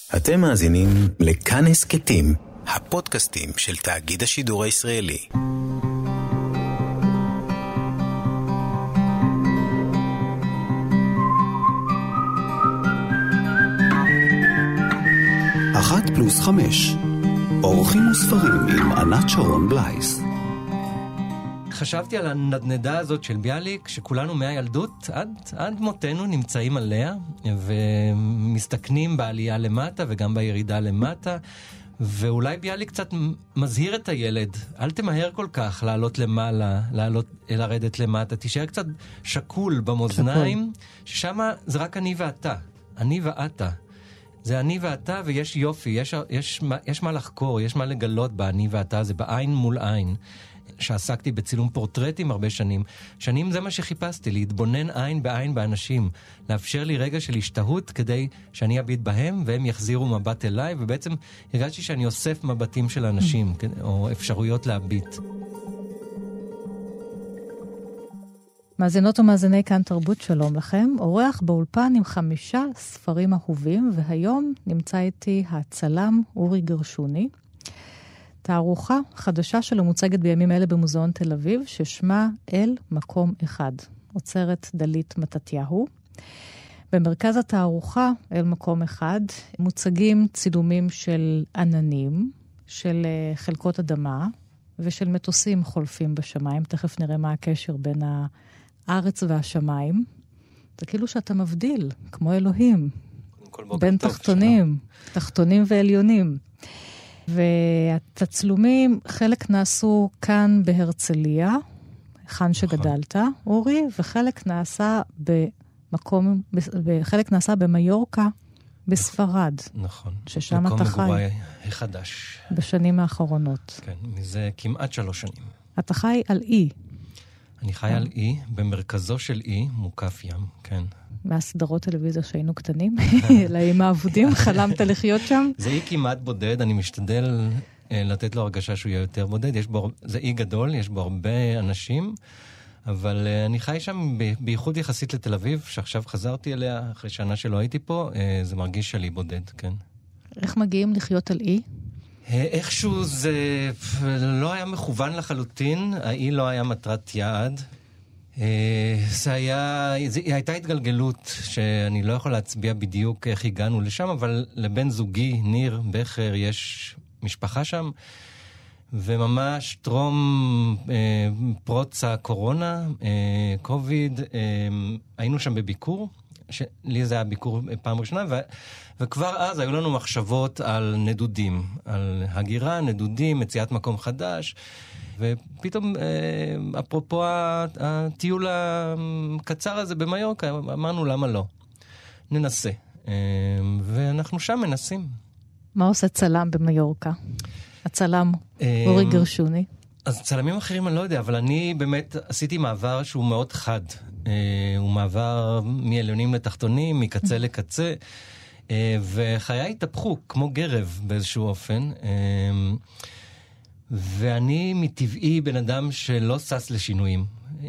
אתם מאזינים לכאן הסקטים, הפודקאסטים של תאגיד השידור הישראלי. אחת פלוס 5, אורחים וספרים עם ענת שרון בלייס. חשבתי על הנדנדה הזאת של ביאליק, שכולנו מהילדות עד מותנו נמצאים עליה, ומסתכנים בעלייה למטה וגם בירידה למטה, ואולי ביאליק קצת מזהיר את הילד, אל תמהר כל כך לעלות למעלה, לרדת למטה, תישאר קצת שקול במאזניים, ששם זה רק אני ואתה, אני ואתה. זה אני ואתה ויש יופי, יש מה לחקור, יש מה לגלות באני ואתה, זה בעין מול עין. שעסקתי בצילום פורטרטים הרבה שנים זה מה שחיפשתי, להתבונן עין בעין באנשים, לאפשר לי רגע של השתהות כדי שאני אביט בהם והם יחזירו מבט אליי, ובעצם הרגשתי שאני אוסף מבטים של אנשים או אפשרויות להביט. מאזינות ומאזיני כאן תרבות, שלום לכם. אורח באולפן עם 5 ספרים אהובים, והיום נמצא איתי הצלם אורי גרשוני. תערוכה חדשה שלו מוצגת בימים אלה במוזיאון תל אביב, ששמה אל מקום אחד, אוצרת דלית מתתיהו. במרכז התערוכה, אל מקום אחד, מוצגים צילומים של עננים, של חלקות אדמה, ושל מטוסים חולפים בשמיים. תכף נראה מה הקשר בין הארץ והשמיים. זה כאילו שאתה מבדיל, כמו אלוהים, בין תחתונים, תחתונים ועליונים. והתצלומים, חלק נעשו כאן בהרצליה, כאן שגדלת, אורי, וחלק נעשה חלק נעשה במיורקה, בספרד. נכון. ששם אתה חי. מקום מגורי החדש. בשנים האחרונות. כן, מזה כמעט 3 שנים. אתה חי על אי. אני חי על אי, במרכזו של אי, מוקף ים, כן. מהסדרות טלוויזיה שהיינו קטנים, לאיים האבודים, חלמת לחיות שם? זה אי כמעט בודד, אני משתדל לתת לו הרגשה שהוא יהיה יותר בודד. זה אי גדול, יש בו הרבה אנשים, אבל אני חי שם בייחוד יחסית לתל אביב, שעכשיו חזרתי אליה, אחרי שנה שלא הייתי פה, זה מרגיש שלי בודד, כן. איך מגיעים לחיות על אי? איכשהו זה לא היה מכוון לחלוטין, האי לא היה מטרת יעד. הייתה התגלגלות שאני לא יכול להצביע בדיוק איך הגענו לשם, אבל לבן זוגי, ניר בכר, יש משפחה שם, וממש טרום פרוץ הקורונה, קוביד, היינו שם בביקור, לי זה היה ביקור פעם ראשונה, וכבר אז היו לנו מחשבות על נדודים, על הגירה, נדודים, מציאת מקום חדש, ופתאום, אפרופו הטיול הקצר הזה במיורקה, אמרנו למה לא. ננסה. ואנחנו שם מנסים. מה עושה צלם במיורקה? הצלם אורי גרשוני. אז צלמים אחרים אני לא יודע, אבל אני באמת עשיתי מעבר שהוא מאוד חד. הוא מעבר מעליונים לתחתונים, מקצה לקצה, וחיי התהפכו כמו גרב באיזשהו אופן. ואני מטבעי בן אדם שלא סס לשינויים.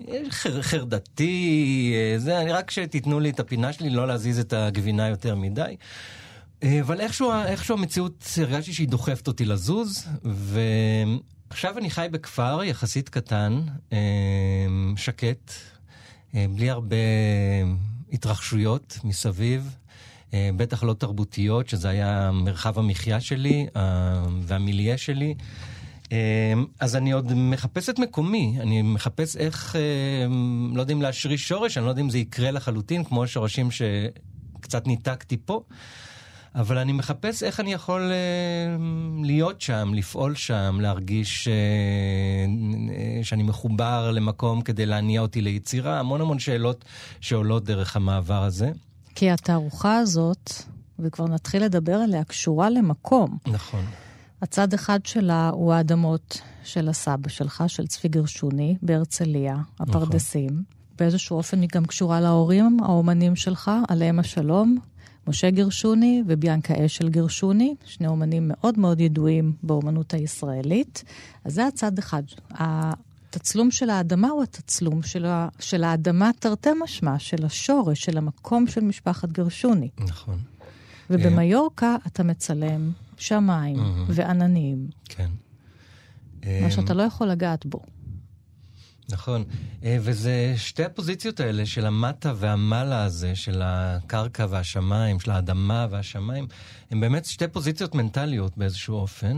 חרדתי, אני רק שתיתנו לי את הפינה שלי, לא להזיז את הגבינה יותר מדי. אבל איכשהו המציאות הרגשתי שהיא דוחפת אותי לזוז, ועכשיו אני חי בכפר יחסית קטן, שקט, בלי הרבה התרחשויות מסביב, בטח לא תרבותיות, שזה היה מרחב המחיה שלי והמיליה שלי. אז אני עוד מחפש את מקומי, אני מחפש איך, לא יודע אם להשריש שורש, אני לא יודע אם זה יקרה לחלוטין, כמו השורשים שקצת ניתקתי פה, אבל אני מחפש איך אני יכול להיות שם, לפעול שם, להרגיש שאני מחובר למקום כדי להניע אותי ליצירה, המון שאלות שעולות דרך המעבר הזה. כי התערוכה הזאת, וכבר נתחיל לדבר עליה, קשורה למקום. נכון. הצד אחד שלה הוא האדמות של הסבא שלך, של צבי גרשוני, בהרצליה, הפרדסים. נכון. באיזשהו אופן היא גם קשורה להורים, האומנים שלך, עליהם השלום, משה גרשוני וביאנקה אשל גרשוני, 2 אומנים מאוד מאוד ידועים באומנות הישראלית. אז זה הצד אחד. התצלום של האדמה הוא התצלום של האדמה תרתי משמע, של השורש, של המקום של משפחת גרשוני. נכון. ובמיורקה אתה מצלם שמיים ועננים. כן. מה שאתה לא יכול לגעת בו. נכון, וזה שתי הפוזיציות האלה של המטה והמעלה הזה, של הקרקע והשמיים, של האדמה והשמיים, הם באמת שתי פוזיציות מנטליות באיזשהו אופן,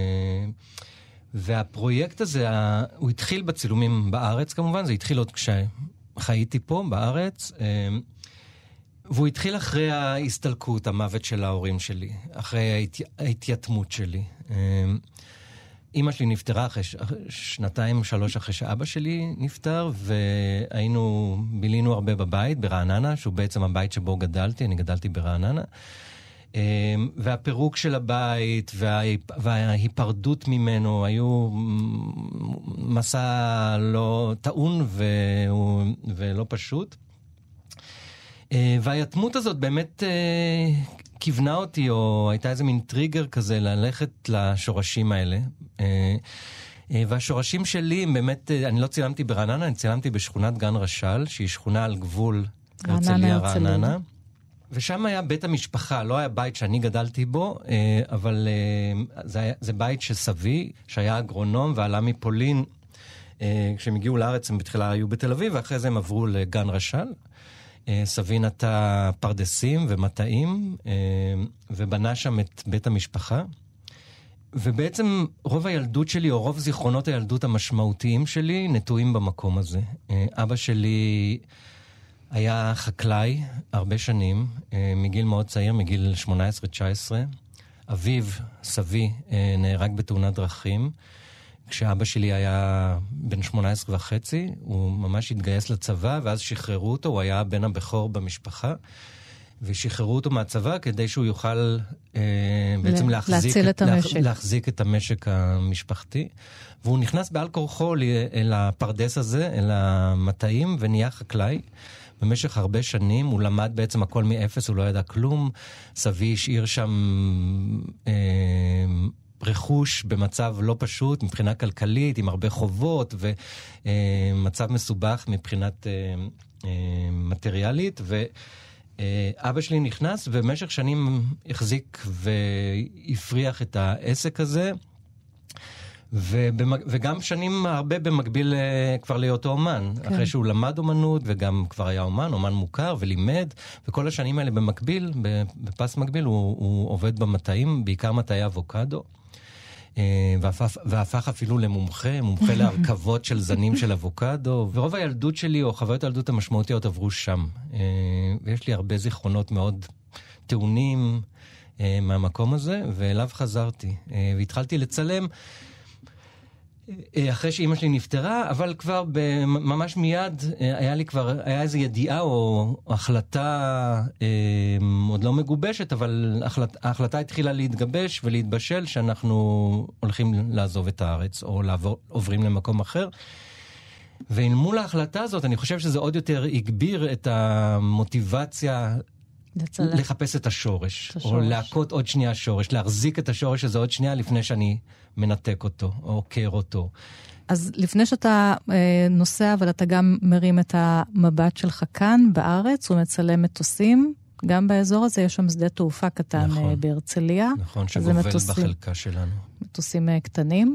והפרויקט הזה, הוא התחיל בצילומים בארץ כמובן, זה התחיל עוד כשחייתי פה בארץ, והוא התחיל אחרי ההסתלקות, המוות של ההורים שלי, אחרי ההתייתמות שלי. אמא שלי נפטרה אחרי 2-3 אחרי שאבא שלי נפטר, בילינו הרבה בבית, ברעננה, שהוא בעצם הבית שבו גדלתי, אני גדלתי ברעננה. והפירוק של הבית וההיפרדות ממנו היו מסע לא טעון ולא פשוט. והיתמות הזאת באמת כיוונה אותי, או הייתה איזה מין טריגר כזה ללכת לשורשים האלה. והשורשים שלי, באמת, אני לא צילמתי ברעננה, אני צילמתי בשכונת גן רשל, שהיא שכונה על גבול הרצליה רעננה. ושם היה בית המשפחה, לא היה בית שאני גדלתי בו, אבל זה בית שסבי, שהיה אגרונום ועלה מפולין, כשהם הגיעו לארץ הם בתחילה היו בתל אביב, ואחרי זה הם עברו לגן רשל. סבי נטע פרדסים ומטעים, ובנה שם את בית המשפחה. ובעצם רוב הילדות שלי, או רוב זיכרונות הילדות המשמעותיים שלי, נטועים במקום הזה. אבא שלי היה חקלאי הרבה שנים, מגיל מאוד צעיר, מגיל 18-19. אביו, סבי, נהרג בתאונת דרכים. כשאבא שלי היה בן 18.5, הוא ממש התגייס לצבא, ואז שחררו אותו, הוא היה בן הבכור במשפחה, ושחררו אותו מהצבא כדי שהוא יוכל בעצם להחזיק את המשק המשפחתי. והוא נכנס בעל כורחו אל הפרדס הזה, אל המטעים, ונהיה חקלאי. במשך הרבה שנים הוא למד בעצם הכל מאפס, הוא לא ידע כלום. סבי השאיר שם רכוש במצב לא פשוט, מבחינה כלכלית, עם הרבה חובות, ומצב מסובך מבחינת מטריאלית, ואבא שלי נכנס, ובמשך שנים החזיק והפריח את העסק הזה, וגם שנים הרבה במקביל כבר להיות אומן, כן. אחרי שהוא למד אומנות, וגם כבר היה אומן מוכר ולימד, וכל השנים האלה במקביל, בפס מקביל, הוא עובד במטעים, בעיקר מטעי אבוקדו, והפך אפילו מומחה להרכבות של זנים של אבוקדו, ורוב הילדות שלי, או חוויות הילדות המשמעותיות, עברו שם. ויש לי הרבה זיכרונות מאוד טעונים מהמקום הזה, ואליו חזרתי. והתחלתי לצלם אחרי שאמא שלי נפטרה, אבל כבר ממש מיד היה איזו ידיעה או החלטה עוד לא מגובשת, אבל ההחלטה התחילה להתגבש ולהתבשל שאנחנו הולכים לעזוב את הארץ או עוברים למקום אחר. ומול ההחלטה הזאת אני חושב שזה עוד יותר הגביר את המוטיבציה לחפש את השורש, או להכות עוד שנייה שורש, להחזיק את השורש הזה עוד שנייה לפני שאני מנתק אותו, או עוקר אותו. אז לפני שאתה נוסע, אבל אתה גם מרים את המבט שלך כאן בארץ, ומצלם מטוסים, גם באזור הזה יש שם שדה תעופה קטן נכון, בהרצליה. נכון, שגובל בחלקה שלנו. מטוסים קטנים,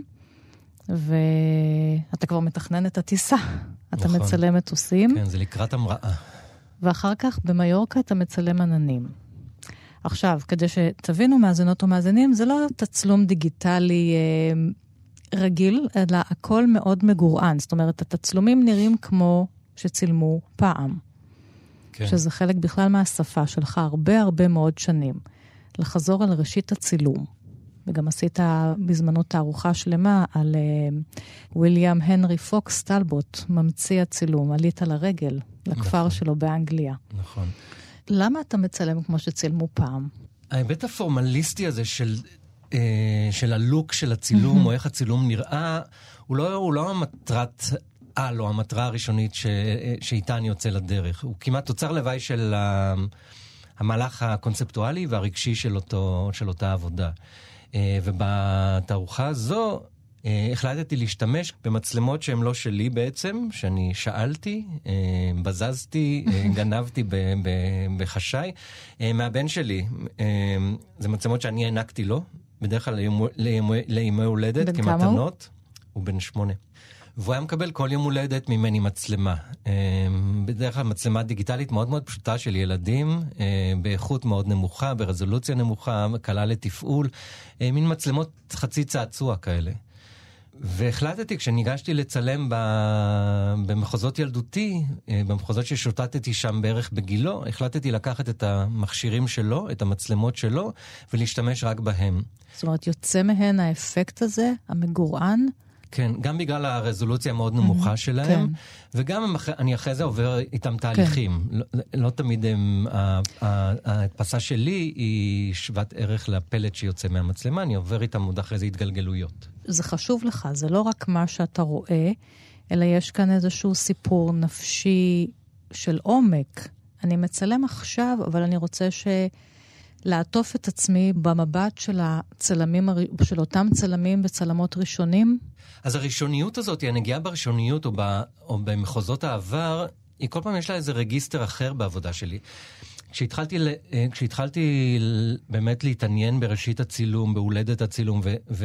ואתה כבר מתכנן את הטיסה. אתה נכון. מצלם מטוסים. כן, זה לקראת המראה. ואחר כך במיורקה אתה מצלם עננים. עכשיו, כדי שתבינו מאזינות ומאזינים, זה לא תצלום דיגיטלי רגיל, אלא הכל מאוד מגורען. זאת אומרת, התצלומים נראים כמו שצילמו פעם. כן. שזה חלק בכלל מהשפה שלך, הרבה מאוד שנים. לחזור על ראשית הצילום. וגם עשית בזמנו תערוכה שלמה על וויליאם הנרי פוקס טלבוט, ממציא הצילום, עלית לרגל לכפר נכון. שלו באנגליה. נכון. למה אתה מצלם כמו שצילמו פעם? ההיבט הפורמליסטי הזה של הלוק של הצילום, או איך הצילום נראה, הוא לא המטרת על, או המטרה הראשונית שאיתה אני יוצא לדרך. הוא כמעט תוצר לוואי של המהלך הקונספטואלי והרגשי של אותה עבודה. ובתערוכה הזו, החלטתי להשתמש במצלמות שהן לא שלי בעצם, שאני שאלתי, בזזתי, גנבתי בחשאי, מהבן שלי. זה מצלמות שאני הענקתי לו, בדרך כלל לימי הולדת, כמתנות. הוא בן 8. והוא היה מקבל כל יום הולדת ממני מצלמה. בדרך כלל מצלמה דיגיטלית מאוד מאוד פשוטה של ילדים, באיכות מאוד נמוכה, ברזולוציה נמוכה, קלה לתפעול, מין מצלמות חצי צעצוע כאלה. והחלטתי, כשניגשתי לצלם במחוזות ילדותי, במחוזות ששוטטתי שם בערך בגילו, החלטתי לקחת את המכשירים שלו, את המצלמות שלו, ולהשתמש רק בהם. זאת אומרת, יוצא מהן האפקט הזה, המגורען? כן, גם בגלל הרזולוציה המאוד נמוכה שלהם, וגם אני אחרי זה עובר איתם תהליכים. לא תמיד ההדפסה שלי היא שוות ערך לפלט שיוצא מהמצלמה, אני עובר איתם עוד אחרי זה התגלגלויות. זה חשוב לך, זה לא רק מה שאתה רואה, אלא יש כאן איזשהו סיפור נפשי של עומק. אני מצלם עכשיו, אבל אני רוצה לעטוף את עצמי במבט של הצלמים, של אותם צלמים וצלמות ראשונים. אז הראשוניות הזאת, הנגיעה בראשוניות או במחוזות העבר, היא כל פעם יש לה איזה רגיסטר אחר בעבודה שלי. כשהתחלתי באמת להתעניין בראשית הצילום, בהולדת הצילום,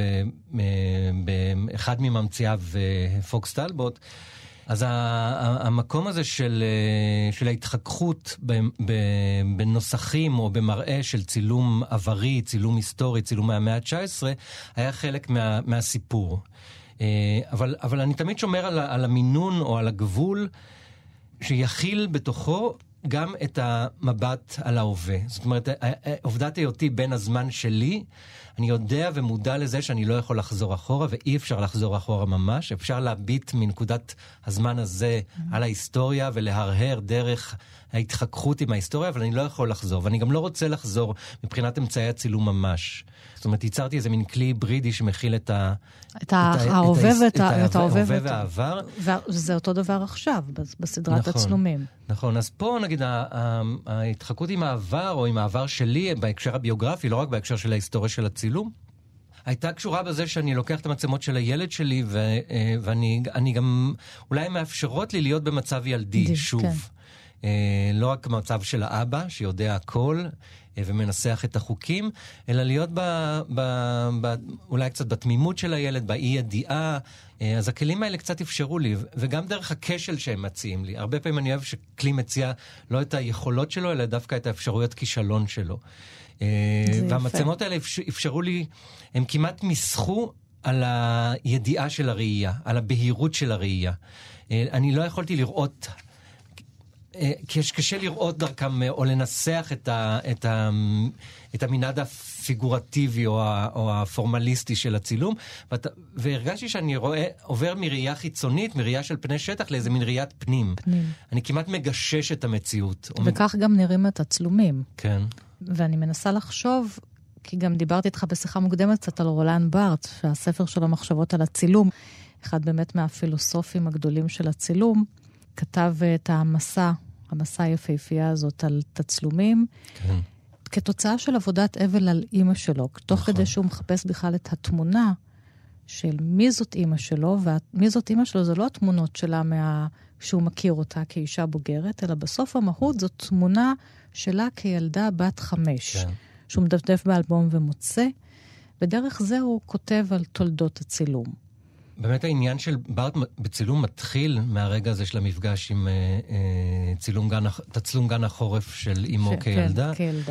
ובאחד מממציאיו פוקס טלבוט, אז המקום הזה של ההתחככות בנוסחים או במראה של צילום עברי, צילום היסטורי, צילום מהמאה ה-19, היה חלק מהסיפור. אבל אני תמיד שומר על המינון או על הגבול שיכיל בתוכו גם את המבט על ההווה. זאת אומרת, עובדת היותי בין הזמן שלי, אני יודע ומודע לזה שאני לא יכול לחזור אחורה, ואי אפשר לחזור אחורה ממש. אפשר להביט מנקודת הזמן הזה על ההיסטוריה, ולהרהר דרך ההתחככות עם ההיסטוריה, אבל אני לא יכול לחזור, ואני גם לא רוצה לחזור מבחינת אמצעי הצילום ממש. זאת אומרת, ייצרתי איזה מין כלי היברידי שמכיל את ההווה והעבר. וזה אותו דבר עכשיו, בסדרת הצלומים. נכון, אז פה נגיד ההתחכות עם העבר, או עם העבר שלי, בהקשר הביוגרפי, לא רק בהקשר של ההיסטוריה של הצילום, הייתה קשורה בזה שאני לוקח את המצלמות של הילד שלי, ואני גם, אולי מאפשרות לי להיות במצב ילדי, שוב. לא רק מצב של האבא, שיודע הכל, ומנסח את החוקים, אלא להיות אולי קצת בתמימות של הילד, באי ידיעה. אז הכלים האלה קצת אפשרו לי, וגם דרך הכשל שהם מציעים לי. הרבה פעמים אני אוהב שכלי מציע לא את היכולות שלו, אלא דווקא את האפשרויות כישלון שלו. והמצלמות האלה אפשרו לי, הם כמעט מסחו על הידיעה של הראייה, על הבהירות של הראייה. אני לא יכולתי לראות, כי יש קשה לראות דרכם או לנסח את המנעד הפיגורטיבי או הפורמליסטי של הצילום, והרגשתי שאני עובר מראייה חיצונית, מראייה של פני שטח, לאיזה מין ראיית פנים. אני כמעט מגשש את המציאות. וכך גם נראים את הצלומים. כן. ואני מנסה לחשוב, כי גם דיברתי איתך בשיחה מוקדמת קצת על רולן בארט, שהספר שלו מחשבות על הצילום, אחד באמת מהפילוסופים הגדולים של הצילום, כתב את המסע היפהפייה הזאת על תצלומים, כן. כתוצאה של עבודת אבל על אמא שלו, תוך כדי שהוא מחפש בכלל את התמונה של מי זאת אמא שלו, ומי זאת אמא שלו זה לא התמונות שלה שהוא מכיר אותה כאישה בוגרת, אלא בסוף המהות זאת תמונה שלה כילדה בת 5, כן. שהוא מדפדף באלבום ומוצא, ודרך זה הוא כותב על תולדות הצילום. באמת העניין של בארט בצילום מתחיל מהרגע הזה של המפגש עם תצלום גן החורף של אמו כילדה. כן, כילדה.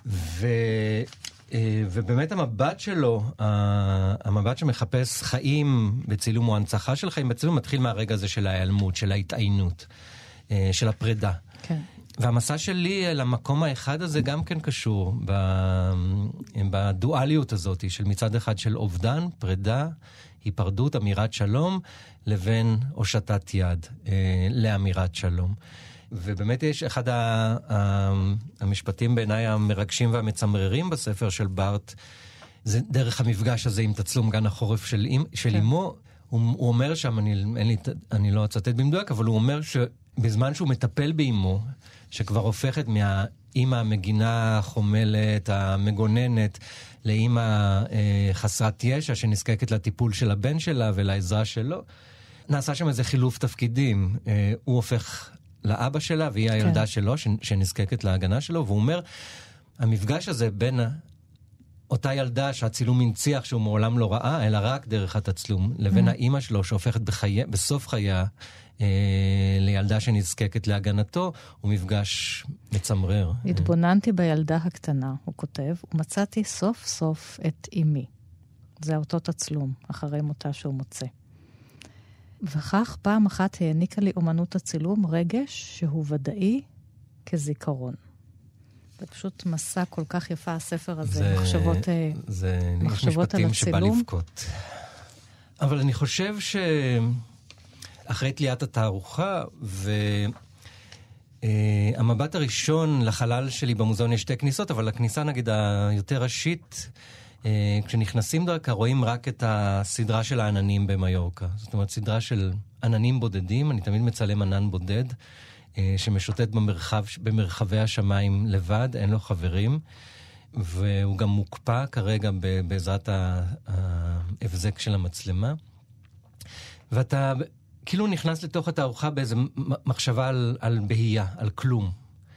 ובאמת המבט שלו, המבט שמחפש חיים בצילום או הנצחה של חיים בצילום, מתחיל מהרגע הזה של ההיעלמות, של ההתעיינות, של הפרידה. כן. והמסע שלי למקום האחד הזה גם כן קשור בדואליות הזאת של מצד אחד של אובדן, פרידה, היפרדות, אמירת שלום, לבין הושטת יד לאמירת שלום. ובאמת יש אחד המשפטים בעיניי המרגשים והמצמררים בספר של בארט, זה דרך המפגש הזה עם תצלום גן החורף של אמו. הוא אומר שם, אני לא אצטט במדויק, אבל הוא אומר שבזמן שהוא מטפל באמו, שכבר הופכת מאמא המגינה, החומלת, המגוננת, לאמא חסרת ישע שנזקקת לטיפול של הבן שלה ולעזרה שלו. נעשה שם איזה חילוף תפקידים. הוא הופך לאבא שלה והיא הילדה שלו שנזקקת להגנה שלו, והוא אומר, המפגש הזה בין אותה ילדה שהצילום הנציח שהוא מעולם לא ראה, אלא רק דרך התצלום, לבין האמא שלו שהופכת בסוף חייה לילדה שנזקקת להגנתו, הוא מפגש מצמרר. התבוננתי בילדה הקטנה, הוא כותב, ומצאתי סוף סוף את אמי. זה אותו תצלום, אחרי מותה שהוא מוצא. וכך פעם אחת העניקה לי אומנות הצילום רגש שהוא ודאי כזיכרון. זה פשוט מסע כל כך יפה, הספר הזה, מחשבות על הצילום. שבא לבכות. אבל אני חושב שאחרי תליית התערוכה, והמבט הראשון לחלל שלי במוזיאון יש 2 כניסות, אבל הכניסה נגיד היותר ראשית, כשנכנסים דרכה רואים רק את הסדרה של העננים במיורקה. זאת אומרת, סדרה של עננים בודדים, אני תמיד מצלם ענן בודד, שמשוטט במרחבי השמיים לבד, אין לו חברים, והוא גם מוקפא כרגע בעזרת ההבזק של המצלמה. ואתה כאילו נכנס לתוך התערוכה באיזו מחשבה על בהייה, על כלום.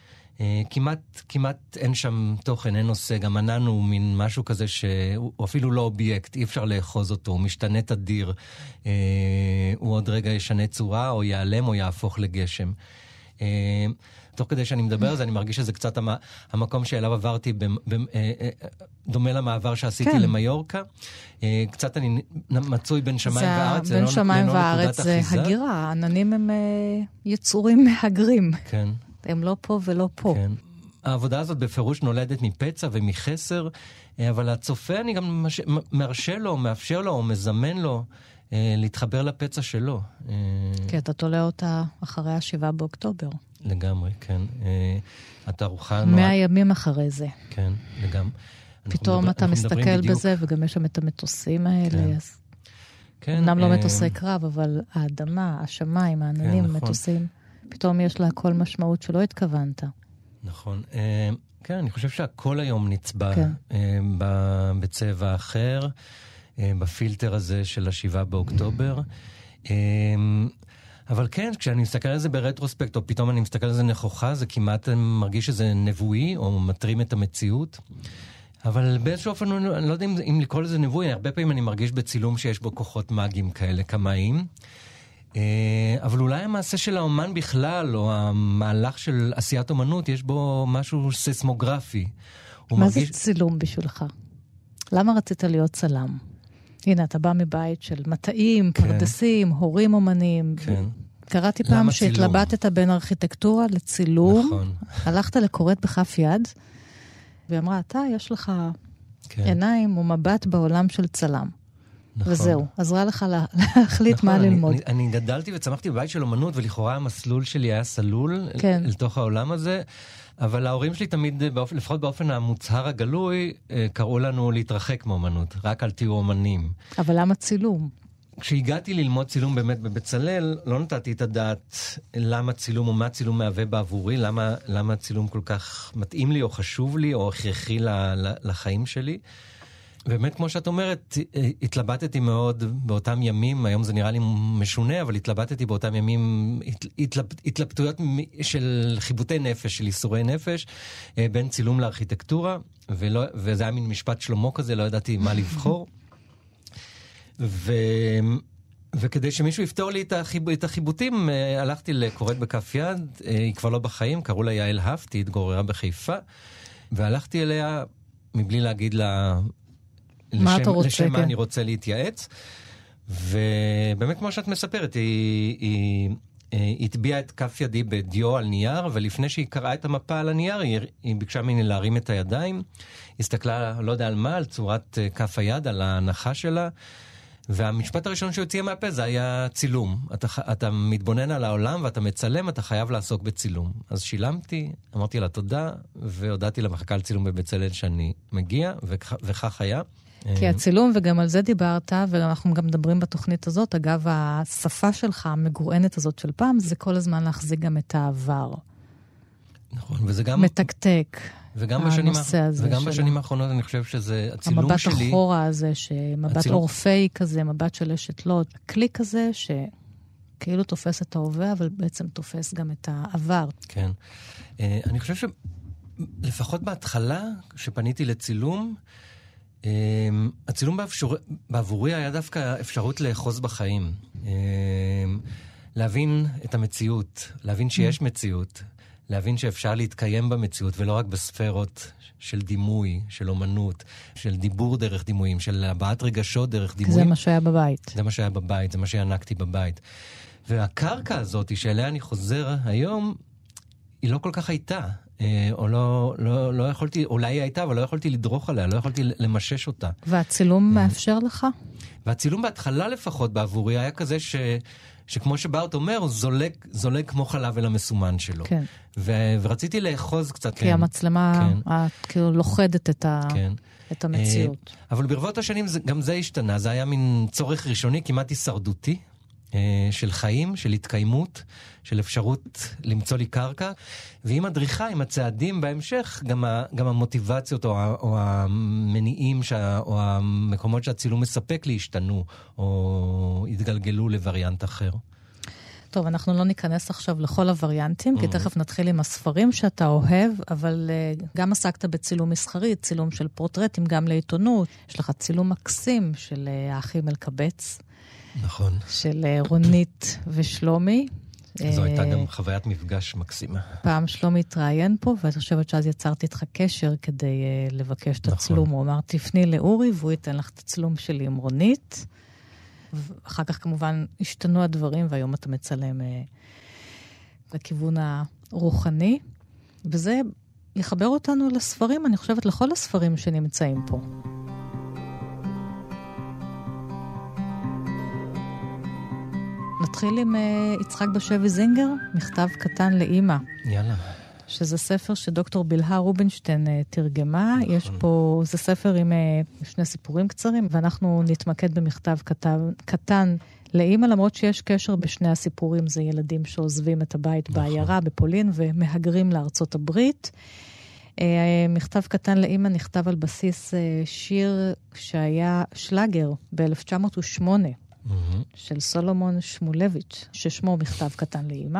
כמעט אין שם תוכן, אין נושא, גם ענן הוא מין משהו כזה שהוא אפילו לא אובייקט, אי אפשר לאחוז אותו, הוא משתנה תדיר, הוא עוד רגע ישנה צורה, או ייעלם או יהפוך לגשם. תוך כדי שאני מדבר על זה, אני מרגיש שזה קצת המקום שאליו עברתי, דומה למעבר שעשיתי למיורקה. קצת אני מצוי בין שמיים וארץ. בין שמיים וארץ זה הגירה, העננים הם יצורים מהגרים. כן. הם לא פה ולא פה. כן. העבודה הזאת בפירוש נולדת מפצע ומחסר, אבל הצופה אני גם מרשה לו, מאפשר לו או מזמן לו להתחבר לפצע שלו. כי אתה תולה אותה אחרי 7 באוקטובר. לגמרי, כן. התערוכה 100 ימים אחרי זה. כן, לגמרי. פתאום אתה מסתכל בזה, וגם יש שם את המטוסים האלה. כן. אמנם לא מטוסי קרב, אבל האדמה, השמיים, העננים, המטוסים, פתאום יש לה כל משמעות שלא התכוונת. נכון. כן, אני חושב שהכל היום נצבע בצבע אחר, בפילטר הזה של 7 באוקטובר. אבל כן, כשאני מסתכל על זה ברטרוספקט, או פתאום אני מסתכל על זה נכוחה, זה כמעט מרגיש שזה נבואי, או מטרים את המציאות. אבל באיזשהו אופן, אני לא יודע אם לקרוא לזה נבואי, הרבה פעמים אני מרגיש בצילום שיש בו כוחות מאגיים כאלה, קמאיים. אבל אולי המעשה של האומן בכלל, או המהלך של עשיית אומנות, יש בו משהו סיסמוגרפי. מה זה צילום בשבילך? למה רצית להיות צלם? הנה, אתה בא מבית של מטעים, פרדסים, הורים אומנים. כן. קראתי פעם שהתלבטת בין ארכיטקטורה לצילום. נכון. הלכת לקוראת בכף יד, והיא אמרה, אתה, יש לך עיניים ומבט בעולם של צלם. נכון. וזהו, עזרה לך להחליט מה ללמוד. אני גדלתי וצמחתי בבית של אומנות, ולכאורה המסלול שלי היה סלול אל תוך העולם הזה, אבל ההורים שלי תמיד, לפחות באופן המוצהר הגלוי, קראו לנו להתרחק מאומנות, רק אל תהיו אומנים. אבל למה צילום? כשהגעתי ללמוד צילום באמת בבצלאל, לא נתתי את הדעת למה צילום או מה צילום מהווה בעבורי, למה צילום כל כך מתאים לי או חשוב לי או הכרחי לחיים שלי. באמת, כמו שאת אומרת, התלבטתי מאוד באותם ימים, היום זה נראה לי משונה, אבל התלבטתי באותם ימים, התלבטויות של חיבוטי נפש, של איסורי נפש, בין צילום לארכיטקטורה, וזה היה מין משפט שלמה כזה, לא ידעתי מה לבחור. וכדי שמישהו יפתור לי את החיבוטים, הלכתי לקוראת בכף יד, היא כבר לא בחיים, קראו לה יעל הפט, היא התגוררה בחיפה, והלכתי אליה מבלי להגיד לה לשם מה אני רוצה להתייעץ. ובאמת כמו שאת מספרת, היא הטביעה את כף ידי בדיו על נייר, ולפני שהיא קראה את המפה על הנייר, היא ביקשה ממני להרים את הידיים, הסתכלה, לא יודע על מה, על צורת כף היד, על ההנחה שלה, והמשפט הראשון שהוציאה מהפה זה היה צילום. אתה מתבונן על העולם ואתה מצלם, אתה חייב לעסוק בצילום. אז שילמתי, אמרתי לה תודה, והודעתי למחלקה לצילום בבצלאל שאני מגיע, וכך היה. כי הצילום, וגם על זה דיברת, ואנחנו גם מדברים בתוכנית הזאת, אגב, השפה שלך, המגורענת הזאת של פעם, זה כל הזמן להחזיק גם את העבר. נכון, וזה גם... מתקתק. וגם בשנים האחרונות אני חושב שזה הצילום שלי... המבט אחורה הזה, מבט אורפאי כזה, מבט של אשת לוט, כלי כזה שכאילו תופס את ההווה, אבל בעצם תופס גם את העבר. כן. אני חושב שלפחות בהתחלה, כשפניתי לצילום, הצילום בעבורי היה דווקא אפשרות לאחוז בחיים. להבין את המציאות, להבין שיש מציאות, להבין שאפשר להתקיים במציאות, ולא רק בספרות של דימוי, של אומנות, של דיבור דרך דימויים, של הבעת רגשות דרך דימויים. זה מה שהיה בבית. זה מה שהיה בבית, זה מה שהענקתי בבית. והקרקע הזאת שאליה אני חוזר היום, היא לא כל כך הייתה. או לא יכולתי, אולי היא הייתה, אבל לא יכולתי לדרוך עליה, לא יכולתי למשש אותה. והצילום מאפשר לך? והצילום בהתחלה לפחות בעבורי היה כזה שכמו שבארט אומר, הוא זולג כמו חלב אל המסומן שלו. כן. ורציתי לאחוז קצת... כי המצלמה כאילו לוחדת את המציאות. אבל ברבות השנים גם זה השתנה, זה היה מין צורך ראשוני, כמעט הישרדותי, של חיים, של התקיימות, של אפשרות למצוא לי קרקע, ועם הדריכה, עם הצעדים בהמשך, גם המוטיבציות או המניעים או המקומות שהצילום מספק לי השתנו, או התגלגלו לווריאנט אחר. טוב, אנחנו לא ניכנס עכשיו לכל הווריאנטים, כי תכף נתחיל עם הספרים שאתה אוהב, אבל גם עסקת בצילום מסחרי, צילום של פורטרטים, גם לעיתונות. יש לך צילום מקסים של האחים אלקבץ. נכון. של רונית ושלומי. זו הייתה גם חוויית מפגש מקסימה. פעם שלומי התראיין פה, ואני חושבת שאז יצרתי איתך קשר כדי לבקש את הצלום. הוא אמר, תפני לאורי, והוא ייתן לך את הצלום שלי עם רונית. אחר כך כמובן השתנו הדברים, והיום אתה מצלם לכיוון הרוחני. וזה יחבר אותנו לספרים, אני חושבת לכל הספרים שנמצאים פה. נתחיל עם יצחק בשבי זינגר, מכתב קטן לאמא. יאללה. שזה ספר שדוקטור בלהה רובינשטיין תרגמה. נכון. יש פה, זה ספר עם שני סיפורים קצרים, ואנחנו נתמקד במכתב קטן לאמא, למרות שיש קשר בשני הסיפורים. זה ילדים שעוזבים את הבית נכון. בעיירה, בפולין, ומהגרים לארצות הברית. מכתב קטן לאמא נכתב על בסיס שיר שהיה שלאגר ב-1908. של סולומון שמולביץ', ששמו מכתב קטן לאמא.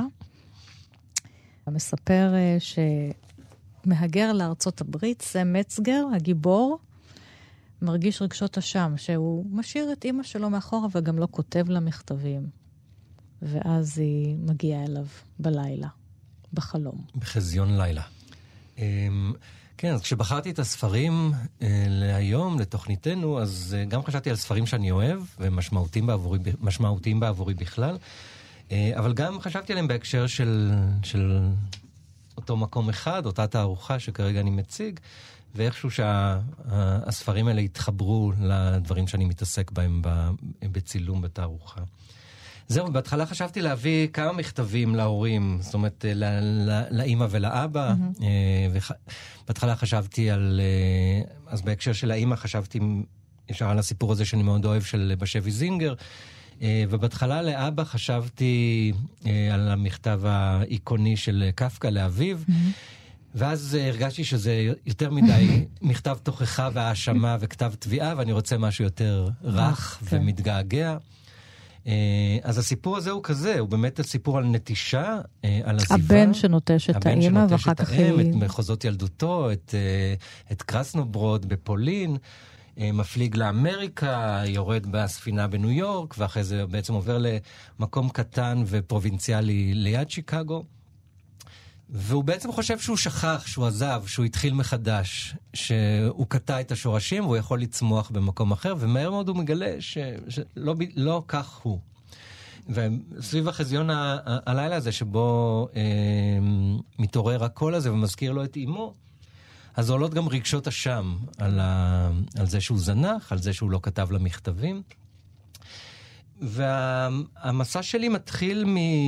המספר שמהגר לארצות הברית, סם מצגר, הגיבור, מרגיש רגשות אשם, שהוא משאיר את אמא שלו מאחורה וגם לא כותב לה מכתבים. ואז היא מגיעה אליו בלילה, בחלום. בחזיון לילה. כן, אז כשבחרתי את הספרים להיום, לתוכניתנו, אז גם חשבתי על ספרים שאני אוהב, ומשמעותיים בעבורי בכלל, אבל גם חשבתי עליהם בהקשר של אותו מקום אחד, אותה תערוכה שכרגע אני מציג, ואיכשהו שהספרים האלה התחברו לדברים שאני מתעסק בהם בצילום בתערוכה. זהו, בהתחלה חשבתי להביא כמה מכתבים להורים, זאת אומרת, לאמא ולאבא. בהתחלה חשבתי על, אז בהקשר של האמא חשבתי ישר על הסיפור הזה שאני מאוד אוהב של בשבי זינגר, ובהתחלה לאבא חשבתי על המכתב האיקוני של קפקא לאביו, ואז הרגשתי שזה יותר מדי מכתב תוכחה והאשמה וכתב תביעה, ואני רוצה משהו יותר רך ומתגעגע. אז הסיפור הזה הוא כזה, הוא באמת הסיפור על נטישה, על עזיבה. הבן שנוטש את האמא, ואחר כך היא... את מחוזות ילדותו, את קרסנוברוד בפולין, מפליג לאמריקה, יורד בספינה בניו יורק, ואחרי זה בעצם עובר למקום קטן ופרובינציאלי ליד שיקגו. והוא בעצם חושב שהוא שכח, שהוא עזב, שהוא התחיל מחדש, שהוא קטע את השורשים והוא יכול לצמוח במקום אחר, ומהר מאוד הוא מגלה שלא כך הוא. וסביב החזיון הלילה הזה שבו מתעורר הקול הזה ומזכיר לו את אמו, אז עולות גם רגשות אשם על זה שהוא זנח, על זה שהוא לא כתב לה מכתבים. והמסע שלי מתחיל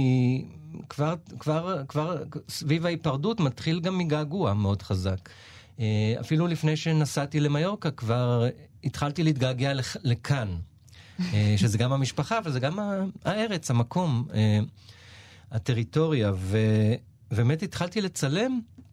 כבר סביב ההיפרדות, מתחיל גם מגעגוע מאוד חזק. אפילו לפני שנסעתי למיורקה, כבר התחלתי להתגעגע לכאן, שזה גם המשפחה, אבל זה גם הארץ, המקום, הטריטוריה, ובאמת התחלתי לצלם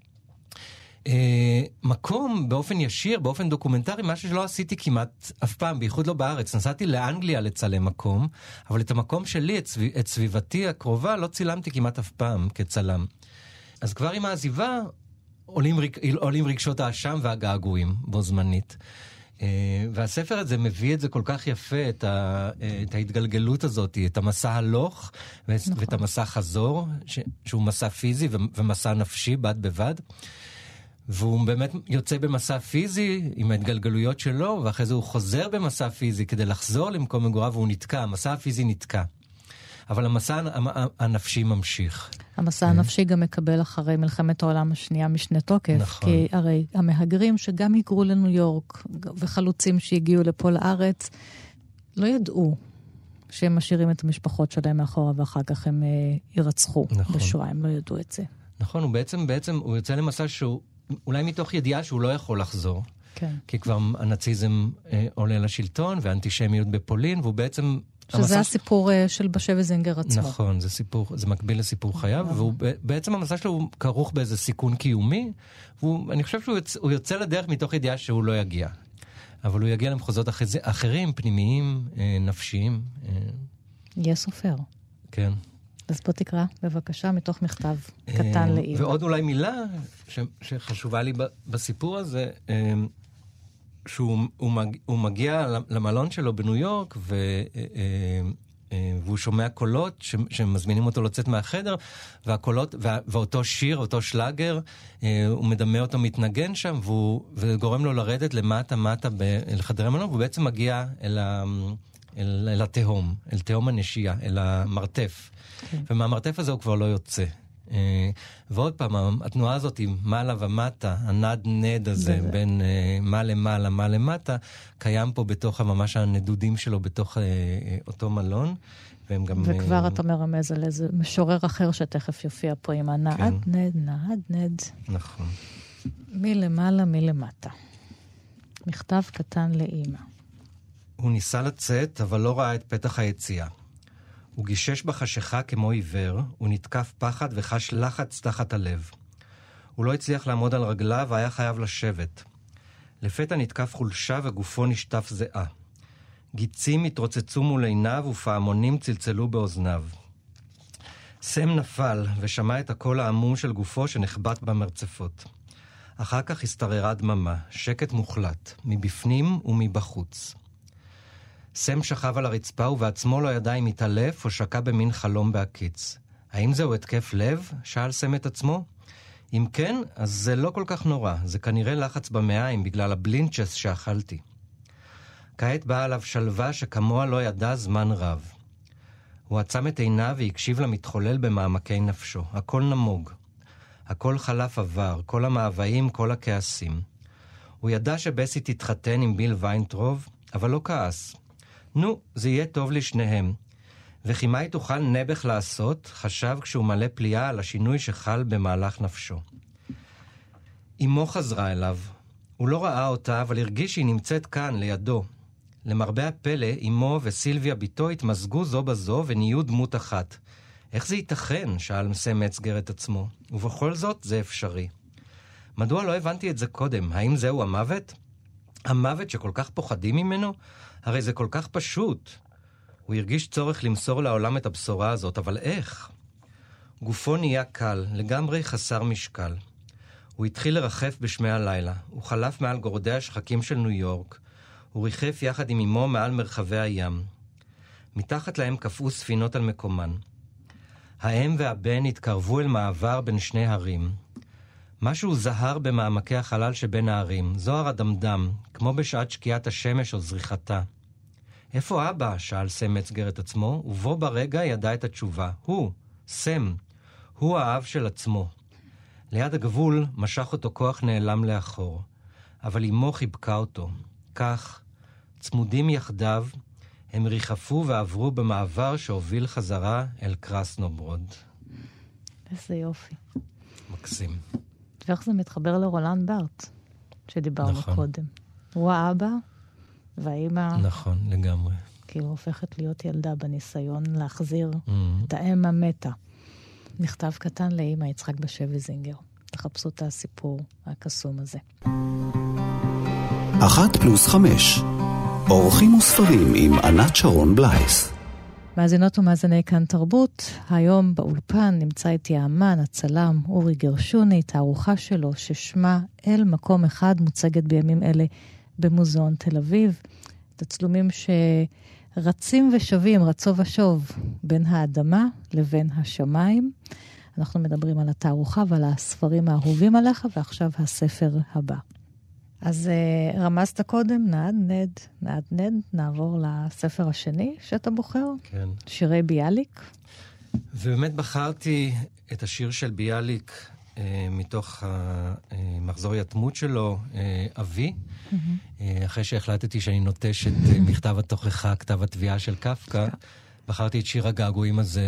מקום באופן ישיר, באופן דוקומנטרי, משהו שלא עשיתי כמעט אף פעם, בייחוד לא בארץ. נסעתי לאנגליה לצלם מקום, אבל את המקום שלי, את סביבתי הקרובה, לא צילמתי כמעט אף פעם כצלם. אז כבר עם העזיבה, עולים רגשות האשם והגעגועים בו זמנית. והספר הזה מביא את זה כל כך יפה, את ההתגלגלות הזאת, את המסע הלוך, ואת המסע חזור, שהוא מסע פיזי ומסע נפשי בד בבד. והוא באמת יוצא במסע פיזי עם ההתגלגלויות שלו, ואחרי זה הוא חוזר במסע פיזי כדי לחזור למקום מגוריו, והוא נתקע, המסע הפיזי נתקע. אבל המסע הנפשי ממשיך. המסע הנפשי גם מקבל אחרי מלחמת העולם השנייה משנה תוקף. נכון. כי הרי המהגרים שגם היגרו לניו יורק, וחלוצים שהגיעו לפה לארץ, לא ידעו שהם משאירים את המשפחות שלהם מאחורה, ואחר כך הם ירצחו בשואה, הם לא ידעו את זה. נכון, הוא בעצם הוא יוצא למסע שהוא, אולי מתוך ידיעה שהוא לא יכול לחזור. כן. כי כבר הנאציזם עולה לשלטון, והאנטישמיות בפולין, והוא בעצם... שזה הסיפור של בשבי זינגר עצמו. נכון, זה מקביל לסיפור חייו, ובעצם המסע שלו הוא כרוך באיזה סיכון קיומי, ואני חושב שהוא יוצא לדרך מתוך ידיעה שהוא לא יגיע. אבל הוא יגיע למחוזות אחרים, פנימיים, נפשיים. יהיה סופר. כן. אז בוא תקרא, בבקשה, מתוך מכתב קטן לאמא. ועוד אולי מילה שחשובה לי בסיפור הזה, שהוא מגיע למלון שלו בניו יורק, והוא שומע קולות שמזמינים אותו לצאת מהחדר, והקולות, ואותו שיר, אותו שלאגר, הוא מדמה אותו מתנגן שם, וגורם לו לרדת למטה לחדרי המלון, והוא בעצם מגיע אל התהום, אל תהום הנשייה, אל המרתף. ומהמרתף הזה הוא כבר לא יוצא. ועוד פעם, התנועה הזאת היא מעלה ומטה, הנד הזה, בין מה למעלה, מה למטה, קיים פה בתוך ממש הנדודים שלו, בתוך אותו מלון. והם גם... וכבר אתה מרמז על איזה משורר אחר שתכף יופיע פה עם הנעד נד. נכון. מלמעלה, מלמטה. מכתב קטן לאמא. הוא ניסה לצאת, אבל לא ראה את פתח היציאה. הוא גישש בחשיכה כמו עיוור, הוא נתקף פחד וחש לחץ תחת הלב. הוא לא הצליח לעמוד על רגליו והיה חייב לשבת. לפתע נתקף חולשה וגופו נשטף זהה. גיצים התרוצצו מול עיניו ופעמונים צלצלו באוזניו. סם נפל ושמע את הקול העמום של גופו שנחבט במרצפות. אחר כך הסתררה דממה, שקט מוחלט, מבפנים ומבחוץ. סם שכב על הרצפה ובעצמו לא ידע אם התעלף או שקע במין חלום בהקיץ. האם זהו התקף לב? שאל סם את עצמו. אם כן, אז זה לא כל כך נורא. זה כנראה לחץ במעיים בגלל הבלינצ'ס שאכלתי. כעת באה עליו שלווה שכמוה לא ידע זמן רב. הוא עצם את עיניו והקשיב למתחולל במעמקי נפשו. הכל נמוג. הכל חלף עבר, כל המאוויים, כל הכעסים. הוא ידע שבסי תתחתן עם ביל ויינטרוב, אבל לא כעס. נו, זה יהיה טוב לשניהם. וכי מה היא תוכל נבח לעשות, חשב כשהוא מלא פליאה על השינוי שחל במהלך נפשו. אמו חזרה אליו. הוא לא ראה אותה, אבל הרגיש שהיא נמצאת כאן, לידו. למרבה הפלא, אמו וסילביה ביתו התמזגו זו בזו ונהיו דמות אחת. איך זה ייתכן? שאל סם מצגר את עצמו. ובכל זאת זה אפשרי. מדוע לא הבנתי את זה קודם? האם זהו המוות? המוות שכל כך פוחדים ממנו? הרי זה כל כך פשוט. הוא הרגיש צורך למסור לעולם את הבשורה הזאת, אבל איך? גופו נהיה קל, לגמרי חסר משקל. הוא התחיל לרחף בשמי הלילה. הוא חלף מעל גורדי השחקים של ניו יורק. הוא ריחף יחד עם אמו מעל מרחבי הים. מתחת להם קפאו ספינות על מקומן. האם והבן התקרבו אל מעבר בין שני הרים. משהו זהר במעמקי החלל שבין הערים. זוהר הדמדם, כמו בשעת שקיעת השמש או זריחתה. איפה אבא? שאל סם מצגר את עצמו, ובו ברגע ידע את התשובה. הוא, סם, הוא האב של עצמו. ליד הגבול משך אותו כוח נעלם לאחור, אבל אמו חיבקה אותו. כך, צמודים יחדיו, הם ריחפו ועברו במעבר שהוביל חזרה אל קרסנוברוד. איזה יופי. מקסים. ואיך זה מתחבר לרולנד בארט, שדיברנו נכון. קודם. הוא האבא, והאמא... נכון, לגמרי. כאילו הופכת להיות ילדה בניסיון להחזיר את האם המתה. מכתב קטן לאמא יצחק בשבי זינגר. וחפשו את הסיפור הקסום הזה. 1+5 אורחים וספרים עם ענת שרון בלייס. מאזינות ומאזיני כאן תרבות, היום באולפן נמצא איתי האמן, הצלם אורי גרשוני, תערוכה שלו ששמה אל מקום אחד מוצגת בימים אלה במוזיאון תל אביב. תצלומים שרצים ושווים, רצו ושוב, בין האדמה לבין השמיים. אנחנו מדברים על התערוכה ועל הספרים האהובים עליך, ועכשיו הספר הבא. אז רמזת קודם, נעד נד, נעבור לספר השני שאתה בוחר. כן. שירי ביאליק. ובאמת בחרתי את השיר של ביאליק מתוך המחזור יתמות שלו, אבי. אחרי שהחלטתי שאני נוטש את מכתב התוכחה, כתב התביעה של קפקא, בחרתי את שיר הגעגועים הזה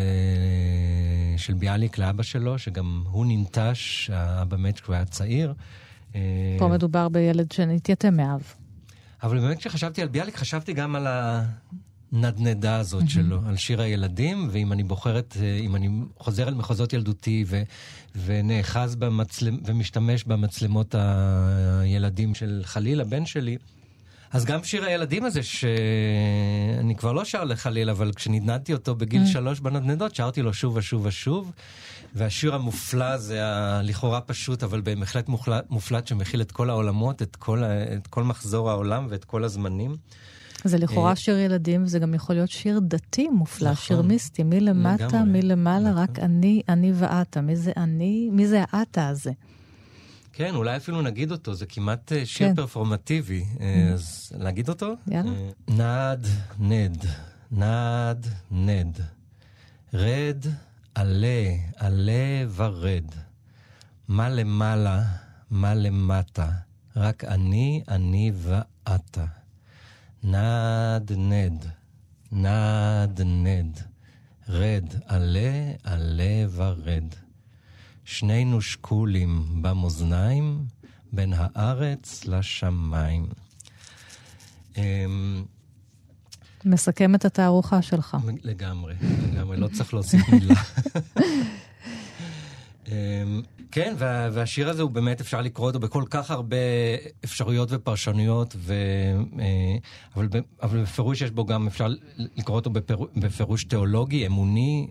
של ביאליק לאבא שלו, שגם הוא ננטש, האבא מת כשהוא היה צעיר. פה מדובר בילד שנתייתם מאב. אבל באמת כשחשבתי על ביאליק, חשבתי גם על הנדנדה הזאת שלו, על שיר הילדים, ואם אני בוחרת, אם אני חוזר על מחוזות ילדותי ונאחז ומשתמש במצלמות הילדים של חליל, הבן שלי, אז גם שיר הילדים הזה, שאני כבר לא שר לחליל, אבל כשנדנדתי אותו בגיל 3 בנדנדות, שרתי לו שוב ושוב ושוב, והשיר המופלא זה לכאורה פשוט, אבל בהחלט מופלט שמכיל את כל העולמות, את כל מחזור העולם ואת כל הזמנים. זה לכאורה שיר ילדים, וזה גם יכול להיות שיר דתי מופלא, נכון, שיר מיסטי, מי למטה, מי למעלה, נכון. רק אני ואתה. מי זה אני? מי זה האתה הזה? כן, אולי אפילו נגיד אותו, זה כמעט שיר כן. פרפורמטיבי. אז להגיד אותו? יאללה. נד, נד, נד, נד. רד, עלה, עלה ורד. מה למעלה, מה למטה. רק אני ואתה. נד, נד, נד, נד. רד, עלה, עלה ורד. שנינו שקולים במאזניים, בין הארץ לשמיים. מסכם את התערוכה שלך. לגמרי, לא צריך להוסיף מילה. כן, והשיר הזה הוא באמת אפשר לקרוא אותו בכל כך הרבה אפשרויות ופרשנויות, אבל בפירוש יש בו גם, אפשר לקרוא אותו בפירוש תיאולוגי, אמוני,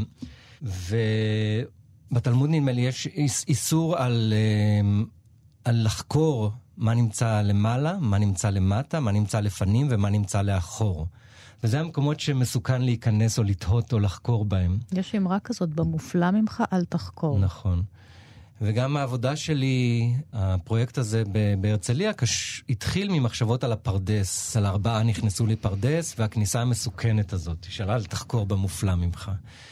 בתלמוד נדמה לי יש איסור על לחקור מה נמצא למעלה, מה נמצא למטה, מה נמצא לפנים ומה נמצא לאחור. וזה המקומות שמסוכן להיכנס או לתהות או לחקור בהם. יש אמרה כזאת, במופלא ממך אל תחקור. נכון. וגם העבודה שלי, הפרויקט הזה בהרצליה, התחיל ממחשבות על הפרדס, על 4 נכנסו לי פרדס, והכניסה המסוכנת הזאת, שאלה אל תחקור במופלא ממך.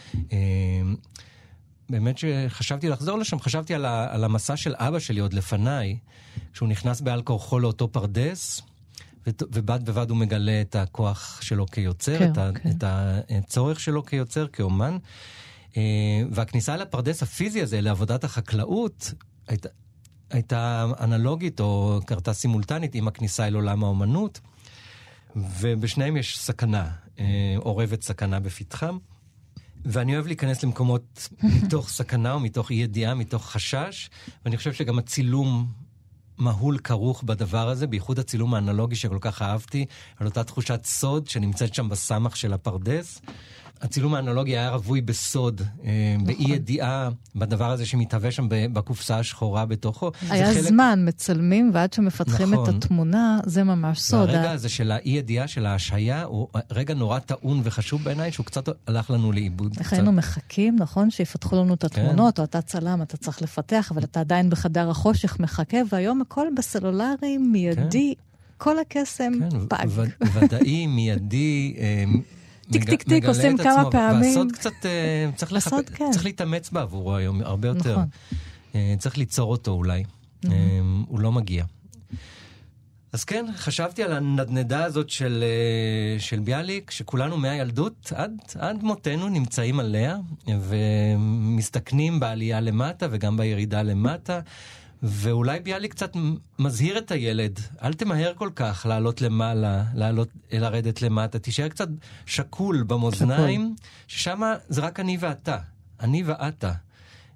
באמת שחשבתי לחזור לשם, חשבתי על המסע של אבא שלי עוד לפניי, שהוא נכנס בעל כורחו לאותו פרדס, ובד בבד הוא מגלה את הכוח שלו כיוצר, את הצורך שלו כיוצר, כאומן. והכניסה לפרדס הפיזי הזה, לעבודת החקלאות, הייתה אנלוגית או קרתה סימולטנית עם הכניסה אל עולם האומנות, ובשניהם יש סכנה, עורבת סכנה בפתחם. ואני אוהב להיכנס למקומות מתוך סכנה או מתוך אי ידיעה, מתוך חשש, ואני חושב שגם הצילום מהול כרוך בדבר הזה, בייחוד הצילום האנלוגי שכל כך אהבתי, על אותה תחושת סוד שנמצאת שם בסמך של הפרדס. הצילום האנלוגי היה רבוי בסוד, באי ידיעה, בדבר הזה שמתהווה שם בקופסה השחורה בתוכו. היה זמן, מצלמים, ועד שמפתחים את התמונה, זה ממש סוד. והרגע הזה של האי ידיעה, של ההשהיה, הוא רגע נורא טעון וחשוב בעיניי, שהוא קצת הלך לנו לאיבוד. איך היינו מחכים, נכון? שיפתחו לנו את התמונות, או אתה צלם, אתה צריך לפתח, אבל אתה עדיין בחדר החושך מחכה, והיום הכל בסלולרי, מיידי, כל הקסם פג. ודאי, מיידי, טיק טיק טיק, עושים כמה פעמים. והסוד קצת, צריך להתאמץ בעבורו היום, הרבה יותר. צריך ליצור אותו אולי. הוא לא מגיע. אז כן, חשבתי על הנדנדה הזאת של ביאליק, שכולנו מהילדות עד מותנו נמצאים עליה, ומסתכנים בעלייה למטה וגם בירידה למטה, ואולי ביאליק קצת מזהיר את הילד, אל תמהר כל כך לעלות למעלה, לרדת למטה, תישאר קצת שקול במאזניים, ששם זה רק אני ואתה, אני ואתה.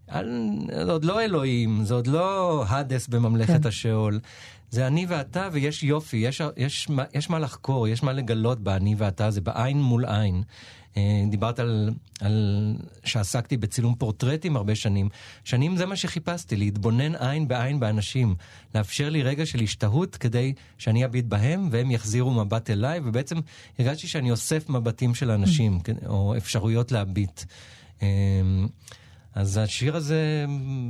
זה עוד לא אלוהים, זה עוד לא הדס בממלכת השאול. זה אני ואתה, ויש יופי, יש מה לחקור, יש מה לגלות באני ואתה, זה בעין מול עין. דיברת על שעסקתי בצילום פורטרטים הרבה שנים. שנים זה מה שחיפשתי, להתבונן עין בעין באנשים, לאפשר לי רגע של השתהות כדי שאני אביט בהם והם יחזירו מבט אליי, ובעצם הרגשתי שאני אוסף מבטים של אנשים, או אפשרויות להביט. אז השיר הזה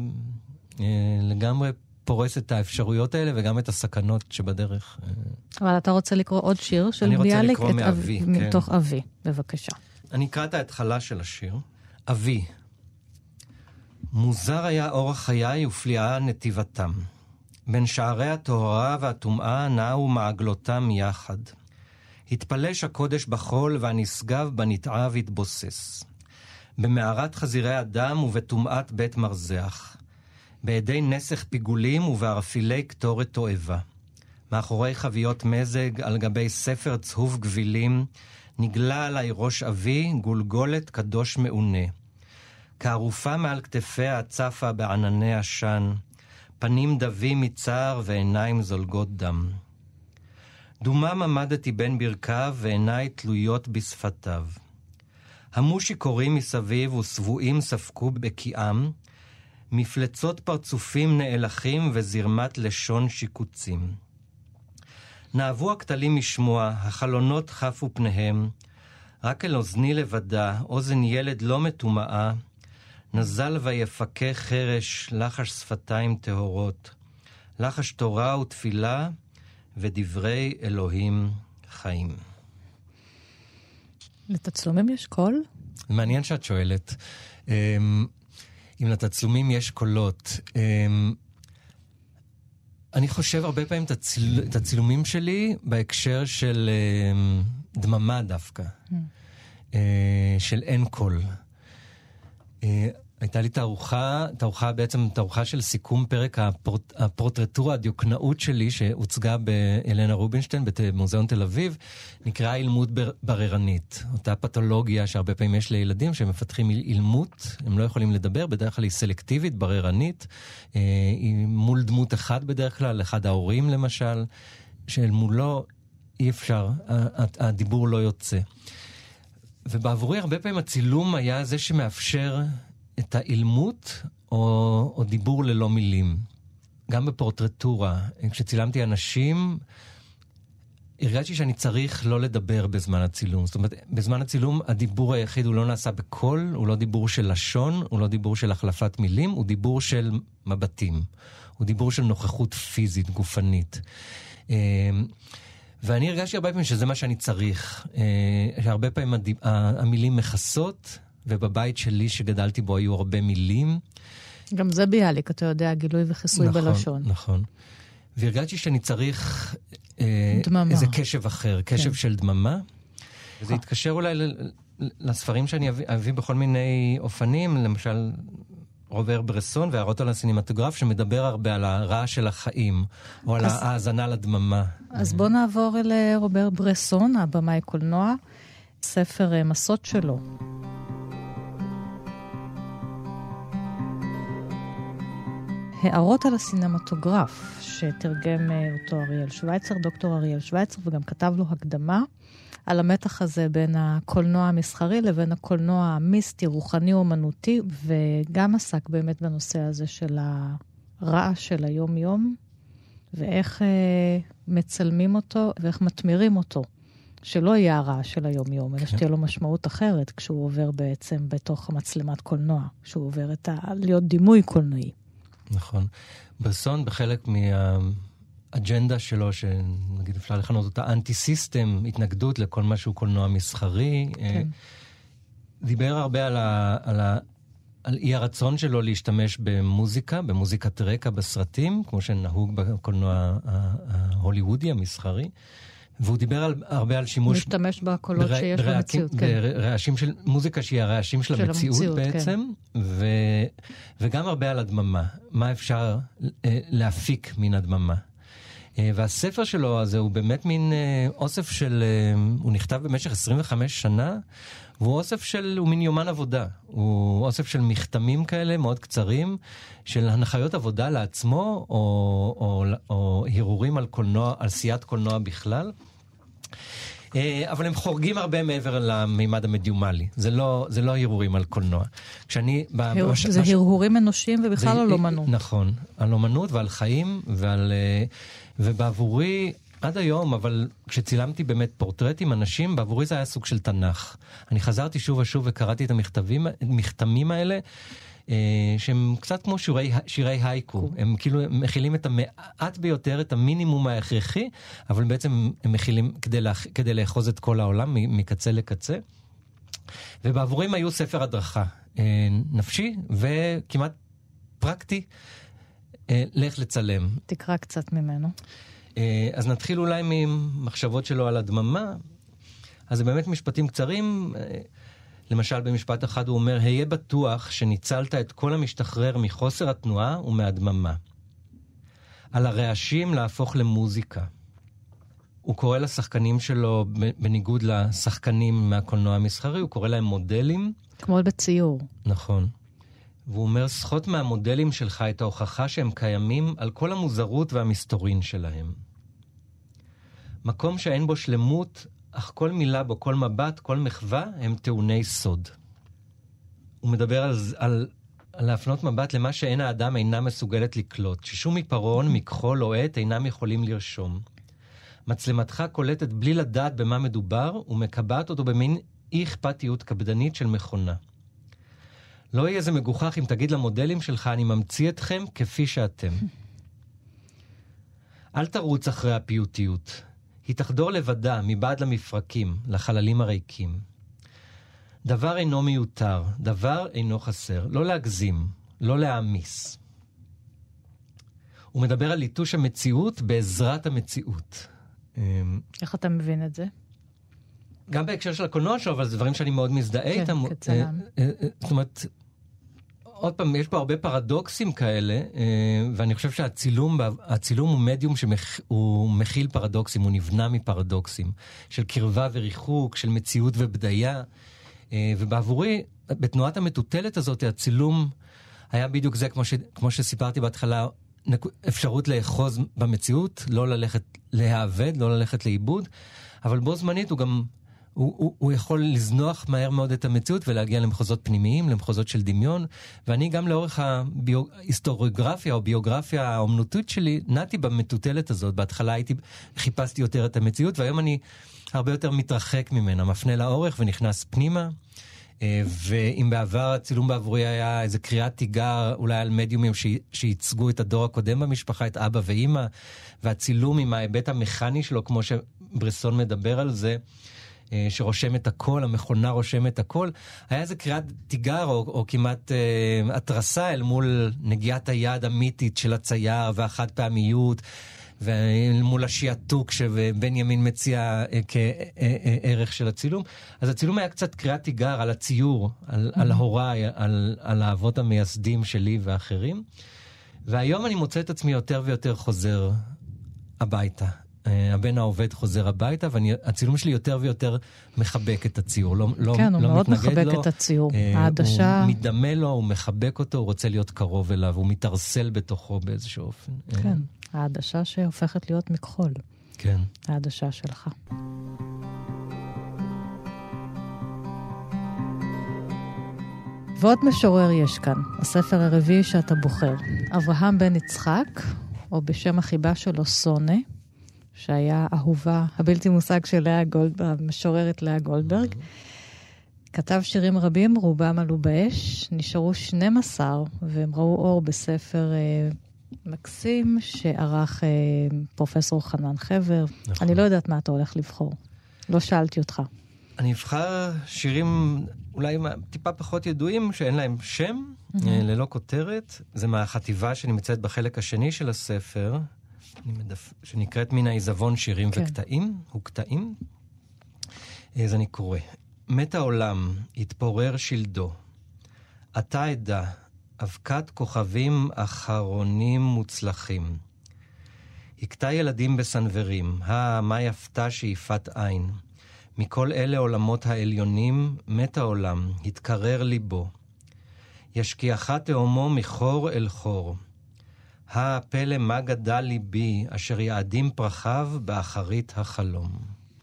לגמרי פורס את האפשרויות האלה וגם את הסכנות שבדרך. אבל אתה רוצה לקרוא עוד שיר של ביאליק? אני רוצה לקרוא מאבי. מתוך אבי, בבקשה. אני אקרא את ההתחלה של השיר. אבי. מוזר היה אורח חיי ופליאה נתיבתם. בין שערי הטהרה והטומאה נעו מעגלותם יחד. התפלש הקודש בחול והנשגב בנתעב התבוסס. במערת חזירי אדם ובטומאת בית מרזח. בידי נסך פיגולים ובערפילי קטורת תועבה. מאחורי חביות מזג על גבי ספר צהוב גבילים, נגלה עליי ראש אבי גולגולת קדוש מעונה. כערופה מעל כתפיה צפה בענני עשן, פנים דבי מצער ועיניים זולגות דם. דומם עמדתי בין ברכיו ועיניי תלויות בשפתיו. המו שיכורים מסביב ושבועים ספקו בקיאם, מפלצות פרצופים נאלחים וזרמת לשון שיקוצים. נאבו הכתלים משמוע, החלונות חפו פניהם, רק אל אוזני לבדה, אוזן ילד לא מטומאה, נזל ויפקה חרש, לחש שפתיים טהורות, לחש תורה ותפילה ודברי אלוהים חיים. לתצלומים יש קול? מעניין שאת שואלת. אם לתצלומים יש קולות. אני חושב הרבה פעמים את הצילומים שלי בהקשר של דממה דווקא. של אין קול. הייתה לי תערוכה של סיכום פרק הפורטרטורה, הדיוקנאות שלי, שהוצגה באלנה רובינשטיין במוזיאון תל אביב, נקראה אילמות בררנית. אותה פתולוגיה שהרבה פעמים יש לילדים שמפתחים אילמות, הם לא יכולים לדבר, בדרך כלל היא סלקטיבית, בררנית, היא מול דמות אחד בדרך כלל, אחד ההורים למשל, שאל מולו אי אפשר, הדיבור לא יוצא. ובעבורי הרבה פעמים הצילום היה זה שמאפשר את האילמות או דיבור ללא מילים. גם בפורטרטורה, כשצילמתי אנשים, הרגשתי שאני צריך לא לדבר בזמן הצילום. זאת אומרת, בזמן הצילום הדיבור היחיד הוא לא נעשה בקול, הוא לא דיבור של לשון, הוא לא דיבור של החלפת מילים, הוא דיבור של מבטים. הוא דיבור של נוכחות פיזית, גופנית. ואני הרגשתי הרבה פעמים שזה מה שאני צריך. שהרבה פעמים המילים מכסות, ובבית שלי שגדלתי בו היו הרבה מילים. גם זה ביאליק, אתה יודע, גילוי וחיסוי בלשון. נכון. והרגשתי שאני צריך איזה קשב אחר, קשב של דממה. וזה התקשר אולי לספרים שאני אביא בכל מיני אופנים, למשל רובר ברסון והערות על הסינמטוגרף, שמדבר הרבה על הרעש של החיים, או על ההאזנה לדממה. אז בוא נעבור אל רובר ברסון, הבמאי קולנוע, ספר מסות שלו. הערות על הסינמטוגרף, שתרגם אותו אריאל שוויצר, דוקטור אריאל שוויצר, וגם כתב לו הקדמה על המתח הזה בין הקולנוע המסחרי לבין הקולנוע המיסטי, רוחני אומנותי, וגם עסק באמת בנושא הזה של הרעש של היום-יום, ואיך מצלמים אותו ואיך מתמירים אותו, שלא יהיה הרעש של היום-יום, אלא שתהיה לו משמעות אחרת כשהוא עובר בעצם בתוך המצלמת קולנוע, כשהוא עובר להיות דימוי קולנועי. נכון. ברסון בחלק מהאג'נדה שלו, שנגיד אפשר לכנות אותה אנטי-סיסטם, התנגדות לכל משהו קולנוע מסחרי, דיבר הרבה על אי הרצון שלו להשתמש במוזיקה, במוזיקת רקע בסרטים, כמו שנהוג בקולנוע ההוליוודי המסחרי, והוא דיבר הרבה על שימוש... משתמש בקולות שיש במציאות, כן. ברעשים של מוזיקה שהיא הרעשים של המציאות בעצם, כן. וגם הרבה על הדממה. מה אפשר להפיק מן הדממה. והספר שלו הזה הוא באמת מין אוסף של, הוא נכתב במשך 25 שנה, והוא אוסף של, הוא מין יומן עבודה. הוא אוסף של מכתמים כאלה מאוד קצרים, של הנחיות עבודה לעצמו, או הרהורים על קולנוע, על עשיית קולנוע בכלל. אבל הם חורגים הרבה מעבר למימד המדיומלי. זה לא הרהורים על קולנוע. זה הרהורים אנושיים ובכלל על אומנות. נכון, על אומנות ועל חיים, ובעבורי, עד היום, אבל כשצילמתי באמת פורטרטים אנשים, בעבורי זה היה סוג של תנ"ך. אני חזרתי שוב ושוב וקראתי את המכתמים האלה, שהם קצת כמו שירי הייקו. הם כאילו מכילים את המעט ביותר, את המינימום ההכרחי, אבל בעצם הם מכילים כדי לאחוז את כל העולם מקצה לקצה. ובעבורים היו ספר הדרכה נפשי וכמעט פרקטי, לך לצלם. תקרא קצת ממנו. אז נתחיל אולי ממחשבות שלו על הדממה. אז זה באמת משפטים קצרים. למשל במשפט אחד הוא אומר, היה בטוח שניצלת את כל המשתחרר מחוסר התנועה ומהדממה. על הרעשים להפוך למוזיקה. הוא קורא לשחקנים שלו, בניגוד לשחקנים מהקולנוע המסחרי, הוא קורא להם מודלים. כמו בציור. נכון. והוא אומר, שחות מהמודלים שלך את ההוכחה שהם קיימים על כל המוזרות והמסתורין שלהם. מקום שאין בו שלמות, אך כל מילה בו, כל מבט, כל מחווה, הם טעוני סוד. הוא מדבר על להפנות מבט למה שאין האדם אינה מסוגלת לקלוט, ששום עיפרון, מכחול או עת אינם יכולים לרשום. מצלמתך קולטת בלי לדעת במה מדובר, ומקבעת אותו במין אי אכפתיות קפדנית של מכונה. לא יהיה זה מגוחך אם תגיד למודלים שלך, אני ממציא אתכם כפי שאתם. אל תרוץ אחרי הפיוטיות. היא תחדור לבדה מבעד למפרקים, לחללים הריקים. דבר אינו מיותר, דבר אינו חסר. לא להגזים, לא להעמיס. הוא מדבר על ליטוש המציאות בעזרת המציאות. איך אתה מבין את זה? גם בהקשר של הקולנוע שלו, אבל זה דברים שאני מאוד מזדהה איתם. כן, כצלם. זאת אומרת, עוד פעם, יש פה הרבה פרדוקסים כאלה, ואני חושב שהצילום הוא מדיום שהוא מכיל פרדוקסים, הוא נבנה מפרדוקסים, של קרבה וריחוק, של מציאות ובדיה, ובעבורי, בתנועת המטוטלת הזאת, הצילום היה בדיוק זה, כמו שסיפרתי בהתחלה, אפשרות לאחוז במציאות, לא ללכת להיאבד, לא ללכת לאיבוד, אבל בו זמנית הוא גם, הוא יכול לזנוח מהר מאוד את המציאות ולהגיע למחוזות פנימיים, למחוזות של דמיון, ואני גם לאורך ההיסטוריוגרפיה או ביוגרפיה האומנותית שלי, נעתי במטוטלת הזאת. בהתחלה חיפשתי יותר את המציאות, והיום אני הרבה יותר מתרחק ממנה, מפנה לאורך ונכנס פנימה, ואם בעבר הצילום בעבורי היה איזה קריאת תיגר, אולי על מדיומים שייצגו את הדור הקודם במשפחה, את אבא ואמא, והצילום עם ההיבט המכני שלו, כמו שברסון מדבר על זה, שרושם את הכל, המכונה רושם את הכל, היה איזה קריאת תיגר או כמעט התרסה אל מול נגיעת היד המיתית של הצייר והחד פעמיות, ומול השיעתוק שבן ימין מציע כערך של הצילום. אז הצילום היה קצת קריאת תיגר על הציור, על הוריי, על האבות המייסדים שלי ואחרים. והיום אני מוצא את עצמי יותר ויותר חוזר הביתה. הבן העובד חוזר הביתה, והצילום שלי יותר ויותר מחבק את הציור. כן, הוא מאוד מחבק את הציור. העדשה... הוא מתדמה לו, הוא מחבק אותו, הוא רוצה להיות קרוב אליו, הוא מתרסל בתוכו באיזשהו אופן. כן, העדשה שהופכת להיות מכחול. כן. העדשה שלך. ועוד משורר יש כאן, הספר הרביעי שאתה בוחר. אברהם בן יצחק, או בשם החיבה שלו סונה, שהיה אהובה, הבלתי מושג של לאה גולדברג, המשוררת לאה גולדברג. כתב שירים רבים, רובם עלו באש, נשארו 12, והם ראו אור בספר מקסים, שערך פרופסור חנן חבר. נכון. אני לא יודעת מה אתה הולך לבחור. לא שאלתי אותך. אני אבחר שירים אולי טיפה פחות ידועים, שאין להם שם, ללא כותרת. זה מהחטיבה שנמצאת בחלק השני של הספר, שנקראת מן העיזבון שירים וקטעים, וקטעים. אז אני קורא. מת העולם, התפורר שלדו. אתה עדה, אבקת כוכבים אחרונים מוצלחים. הכתה ילדים בסנוורים, מה יפתה שאיפת עין. מכל אלה עולמות העליונים, מת העולם, התקרר ליבו. ישקיעך תאומו מחור אל חור. הפלא מה גדל ליבי, אשר יעדים פרחיו באחרית החלום.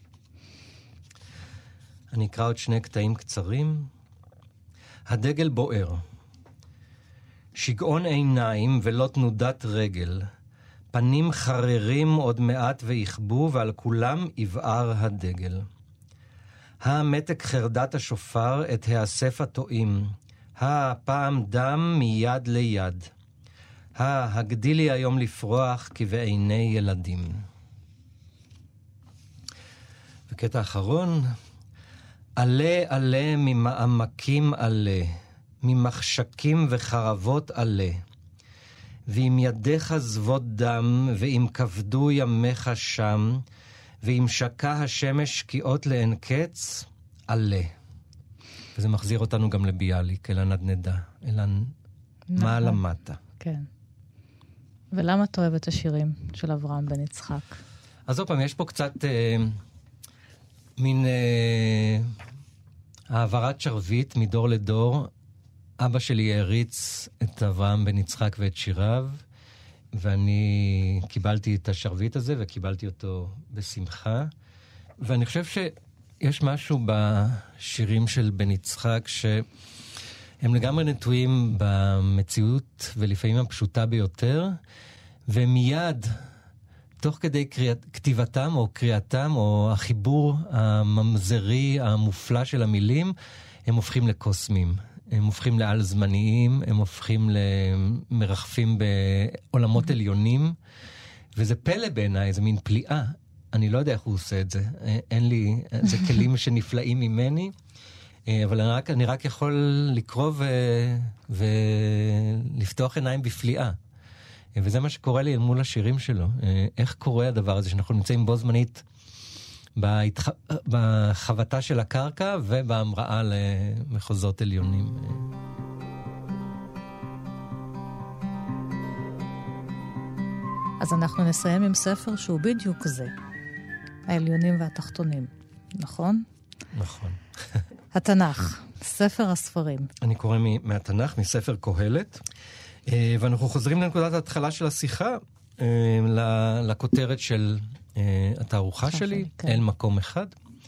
אני אקרא עוד שני קטעים קצרים. הדגל בוער. שגעון עיניים ולא תנודת רגל. פנים חררים עוד מעט ויחבו, ועל כולם יבער הדגל. המתק חרדת השופר את האסף הטועים. הפעם דם מיד ליד. הגדילי היום לפרוח כבעיני ילדים. וקטע אחרון. עלה עלה ממעמקים עלה, ממחשקים וחרבות עלה. ואם ידיך זבות דם, ואם כבדו ימיך שם, ואם שקע השמש שקיעות לאין קץ, עלה. וזה מחזיר אותנו גם לביאליק, אל הנדנדה, אל מה למטה. כן. ולמה אתה אוהב את השירים של אברהם בן יצחק? אז עוד פעם, יש פה קצת מין העברת שרביט מדור לדור. אבא שלי העריץ את אברהם בן יצחק ואת שיריו, ואני קיבלתי את השרביט הזה וקיבלתי אותו בשמחה. ואני חושב שיש משהו בשירים של בן יצחק שהם לגמרי נטועים במציאות ולפעמים הפשוטה ביותר, ומיד תוך כדי כתיבתם או קריאתם או החיבור הממזרי המופלא של המילים, הם הופכים לקוסמים. הם הופכים לעל זמניים, הם הופכים למרחפים בעולמות עליונים, וזה פלא בעיניי, זה מין פליאה. אני לא יודע איך הוא עושה את זה. אין לי, זה כלים שנפלאים ממני, אבל אני רק יכול לקרוא ולפתוח עיניים בפליאה. וזה מה שקורה לי מול השירים שלו. איך קורה הדבר הזה שאנחנו נמצאים בו זמנית בחוותה של הקרקע ובהמראה למחוזות עליונים. אז אנחנו נסיים עם ספר שהוא בדיוק זה. העליונים והתחתונים. נכון? נכון. התנ"ך, ספר הספרים. אני קורא מהתנ"ך, מספר קהלת, ואנחנו חוזרים לנקודת ההתחלה של השיחה, לכותרת של התערוכה שלי, כן. אל מקום אחד.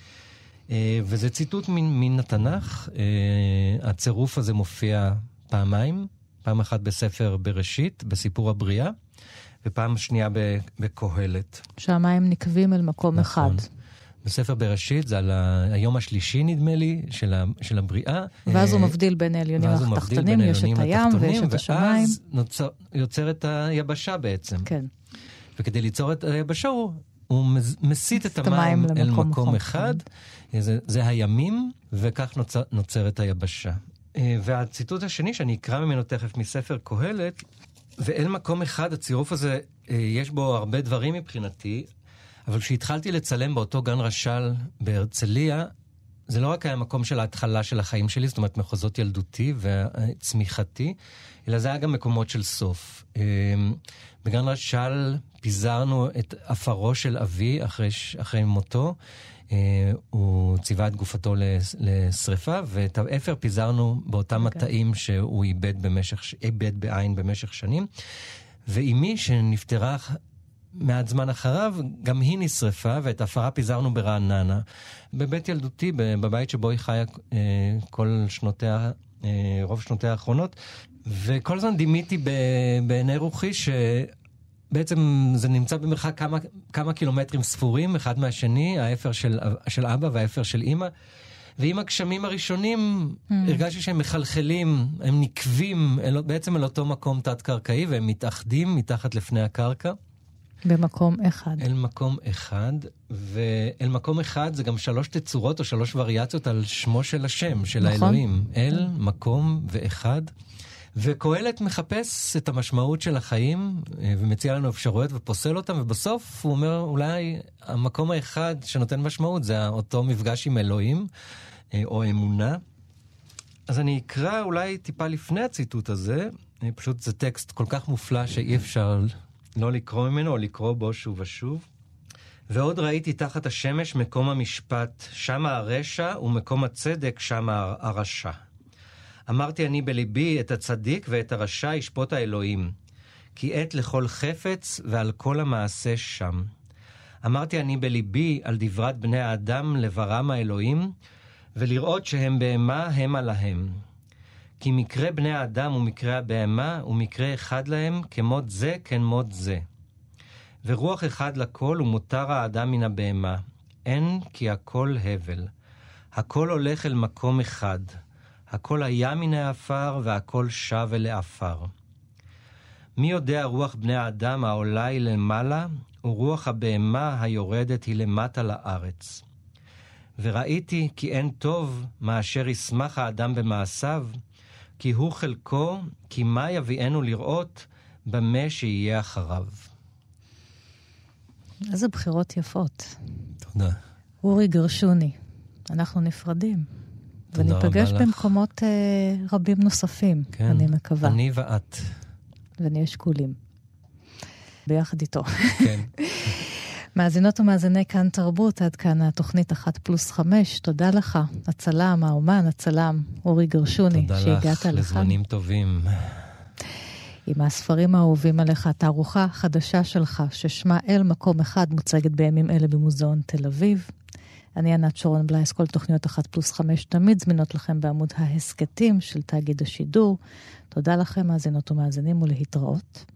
וזה ציטוט מן התנ"ך. הצירוף הזה מופיע פעמיים, פעם אחת בספר בראשית, בסיפור הבריאה, ופעם שנייה בקהלת. שהמים נקבים אל מקום נכון. אחד. בספר בראשית זה על היום השלישי נדמה לי, של הבריאה. ואז הוא מבדיל בין העליונים לתחתונים, יש את הים ויש את השמיים. ואז יוצר את היבשה בעצם. כן. וכדי ליצור את היבשה הוא מסיט את המים אל מקום אחד. זה הימים, וכך נוצרת היבשה. והציטוט השני שאני אקרא ממנו תכף מספר קהלת, ואל מקום אחד, הצירוף הזה, יש בו הרבה דברים מבחינתי, אבל כשהתחלתי לצלם באותו גן רש"ל בהרצליה, זה לא רק היה מקום של ההתחלה של החיים שלי, זאת אומרת מחוזות ילדותי וצמיחתי, אלא זה היה גם מקומות של סוף. בגן רש"ל פיזרנו את אפרו של אבי אחרי מותו, הוא ציווה את גופתו לשריפה, ואת האפר פיזרנו באותם מטעים שהוא איבד בעין במשך שנים, ואימי שנפטרה מעט זמן אחריו, גם היא נשרפה, ואת האפרה פיזרנו ברעננה. בבית ילדותי, בבית שבו היא חיה כל שנותיה, רוב שנותיה האחרונות, וכל הזמן דימיתי בעיני רוחי שבעצם זה נמצא במרחק כמה קילומטרים ספורים, אחד מהשני, האפר של אבא והאפר של אמא, ועם הגשמים הראשונים הרגשתי שהם מחלחלים, הם נקבים בעצם אל אותו מקום תת-קרקעי, והם מתאחדים מתחת לפני הקרקע. במקום אחד. אל מקום אחד, ואל מקום אחד זה גם 3 תצורות או 3 וריאציות על שמו של השם, של נכון. האלוהים. אל, מקום ואחד. וקהלת מחפש את המשמעות של החיים, ומציע לנו אפשרויות ופוסל אותם, ובסוף הוא אומר, אולי המקום האחד שנותן משמעות, זה אותו מפגש עם אלוהים, או אמונה. אז אני אקרא אולי טיפה לפני הציטוט הזה, פשוט זה טקסט כל כך מופלא שאי אפשר לא לקרוא ממנו או לקרוא בו שוב ושוב. ועוד ראיתי תחת השמש מקום המשפט, שם הרשע, ומקום הצדק, שם הרשע. אמרתי אני בליבי, את הצדיק ואת הרשע ישפוט האלוהים, כי עת לכל חפץ ועל כל המעשה שם. אמרתי אני בליבי על דברת בני האדם לברם האלוהים, ולראות שהם בהמה הם עליהם. כי מקרה בני האדם ומקרה הבהמה ומקרה אחד להם, כמות זה כמות זה. ורוח אחד לכל ומותר האדם מן הבהמה. אין כי הכל הבל. הכל הולך אל מקום אחד. הכל היה מן האפר והכל שב אל האפר. מי יודע רוח בני האדם העולה היא למעלה, ורוח הבהמה היורדת היא למטה לארץ. וראיתי כי אין טוב מאשר ישמח האדם במעשיו, כי הוא חלקו, כי מה יביאנו לראות במה שיהיה אחריו. איזה בחירות יפות. תודה. אורי גרשוני, אנחנו נפרדים. וניפגש במקומות רבים נוספים, כן, אני מקווה. אני ואת. ונהיה שקולים. ביחד איתו. כן. מאזינות ומאזיני כאן תרבות, עד כאן התוכנית 1+5. תודה לך, הצלם, האומן, הצלם, אורי גרשוני, שהגעת לכאן. תודה לך, לזמנים טובים. עם הספרים האהובים עליך, התערוכה החדשה שלך, ששמה אל מקום אחד, מוצגת בימים אלה במוזיאון תל אביב. אני ענת שרון בלייס, כל תוכניות 1+5 תמיד זמינות לכם בעמוד ההסקטים של תאגיד השידור. תודה לכם, מאזינות ומאזינים, ולהתראות.